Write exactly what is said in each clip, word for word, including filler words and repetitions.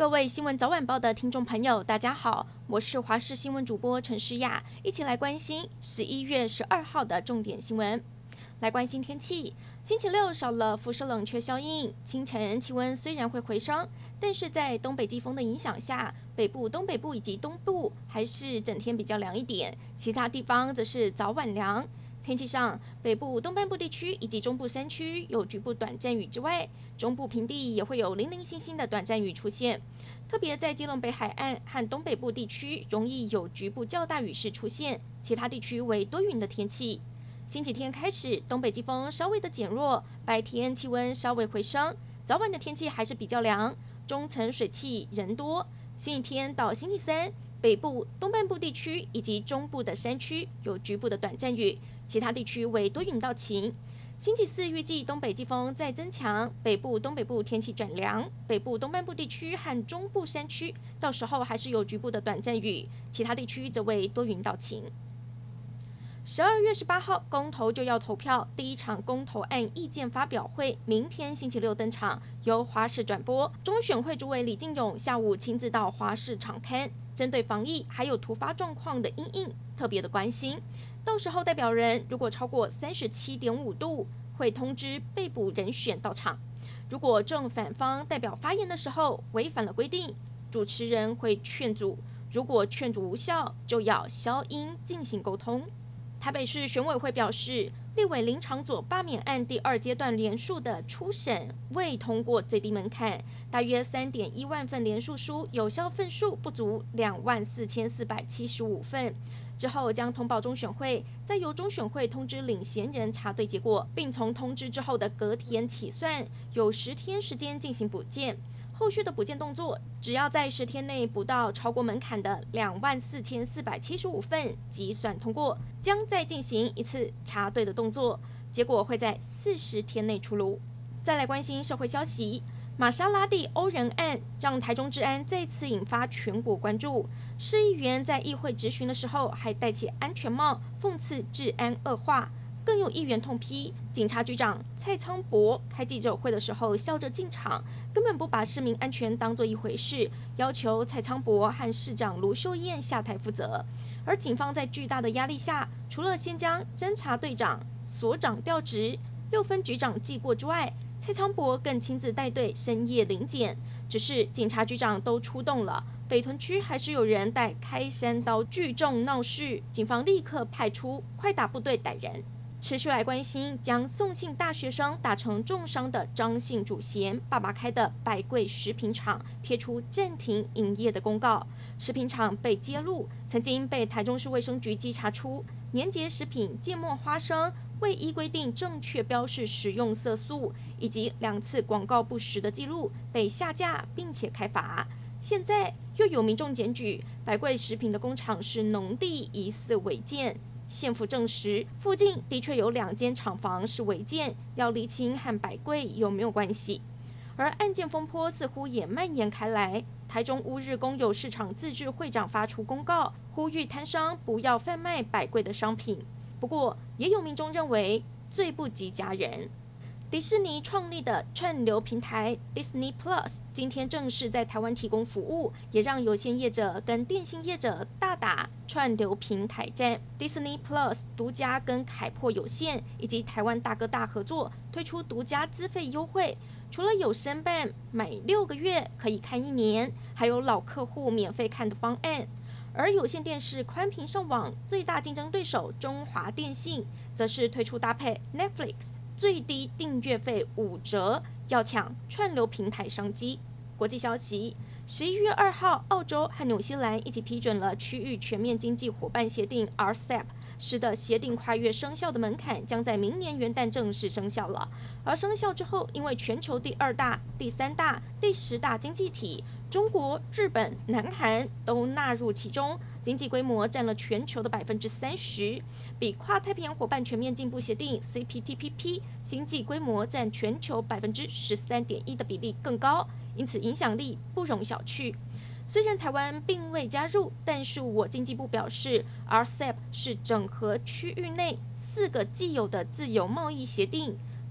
各位新闻早晚报的听众朋友，大家好，我是华视新闻主播陈诗雅，一起来关心十一月十二号的重点新闻。来关心天气，星期六少了辐射冷却效应，清晨气温虽然会回升，但是在东北季风的影响下，北部、东北部以及东部还是整天比较凉一点，其他地方则是早晚凉。天气上，北部、东半部地区以及中部山区有局部短暂雨之外，中部平地也会有零零星星的短暂雨出现。特别在基隆北海岸和东北部地区，容易有局部较大雨势出现，其他地区为多云的天气。星期天开始，东北季风稍微的减弱，白天气温稍微回升，早晚的天气还是比较凉，中层水汽人多。星期天到星期三，北部、东半部地区以及中部的山区有局部的短暂雨，其他地区为多云到晴。星期四预计东北季风再增强，北部、东北部天气转凉，北部、东半部地区和中部山区到时候还是有局部的短暂雨，其他地区则为多云到晴。十二月十八号公投就要投票，第一场公投案意见发表会明天星期六登场，由华视转播。中选会主委李进勇下午亲自到华视场勘，针对防疫还有突发状况的因应特别的关心。到时候代表人如果超过三十七点五度，会通知被捕人选到场。如果正反方代表发言的时候违反了规定，主持人会劝阻，如果劝阻无效，就要消音进行沟通。台北市选委会表示，立委林昶佐罢免案第二阶段联署的初审未通过最低门槛，大约三点一万份联署书有效份数不足两万四千四百七十五份。之后将通报中选会，再由中选会通知领衔人查对结果，并从通知之后的隔天起算，有十天时间进行补件。后续的补件动作，只要在十天内补到超过门槛的两万四千四百七十五份，即算通过，将再进行一次查对的动作，结果会在四十天内出炉。再来关心社会消息，玛莎拉蒂欧人案让台中治安再次引发全国关注。市议员在议会质询的时候还戴起安全帽，讽刺治安恶化。更有议员痛批警察局长蔡昌博开记者会的时候笑着进场，根本不把市民安全当作一回事，要求蔡昌博和市长卢秀燕下台负责。而警方在巨大的压力下，除了先将侦查队长、所长调职，六分局长记过之外，蔡昌博更亲自带队深夜临检。只是警察局长都出动了，北屯区还是有人带开山刀聚众闹事，警方立刻派出快打部队逮人。持续来关心将宋姓大学生打成重伤的张姓主嫌爸爸开的百贵食品厂贴出暂停营业的公告。食品厂被揭露曾经被台中市卫生局稽查出年节食品芥末花生未依规定正确标示使用色素，以及两次广告不实的记录，被下架并且开罚。现在又有民众检举百贵食品的工厂是农地疑似违建。县府证实，附近的确有两间厂房是违建，要厘清和百贵有没有关系。而案件风波似乎也蔓延开来，台中乌日公有市场自治会长发出公告，呼吁摊商不要贩卖百贵的商品。不过，也有民众认为罪不及家人。迪士尼创立的串流平台 Disney Plus 今天正式在台湾提供服务，也让有线业者跟电信业者大打串流平台战。Disney Plus 独家跟凯擘有线以及台湾大哥大合作，推出独家资费优惠。除了有申办买六个月可以看一年，还有老客户免费看的方案。而有线电视宽频上网最大竞争对手中华电信，则是推出搭配 Netflix。最低订阅费五折，要抢串流平台商机。国际消息，十一月二号，澳洲和纽西兰一起批准了区域全面经济伙伴协定 R C E P， 使得协定跨越生效的门槛将在明年元旦正式生效了。而生效之后，因为全球第二大、第三大、第十大经济体中国、日本、南韩都纳入其中，经济规模占了全球的百分之三十，比跨太平洋伙伴全面进步协定 C P T P P 经济规模占全球百分之十三点一的比例更高，因此影响力不容小觑。虽然台湾并未加入，但是我经济部表示 ，R C E P 是整合区域内四个既有的自由贸易协定。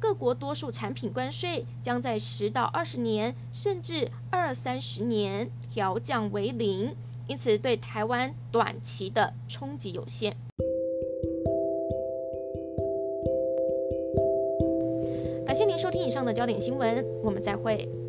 各国多数产品关税将在十到二十年，甚至二三十年调降为零，因此对台湾短期的冲击有限。感谢您收听以上的焦点新闻，我们再会。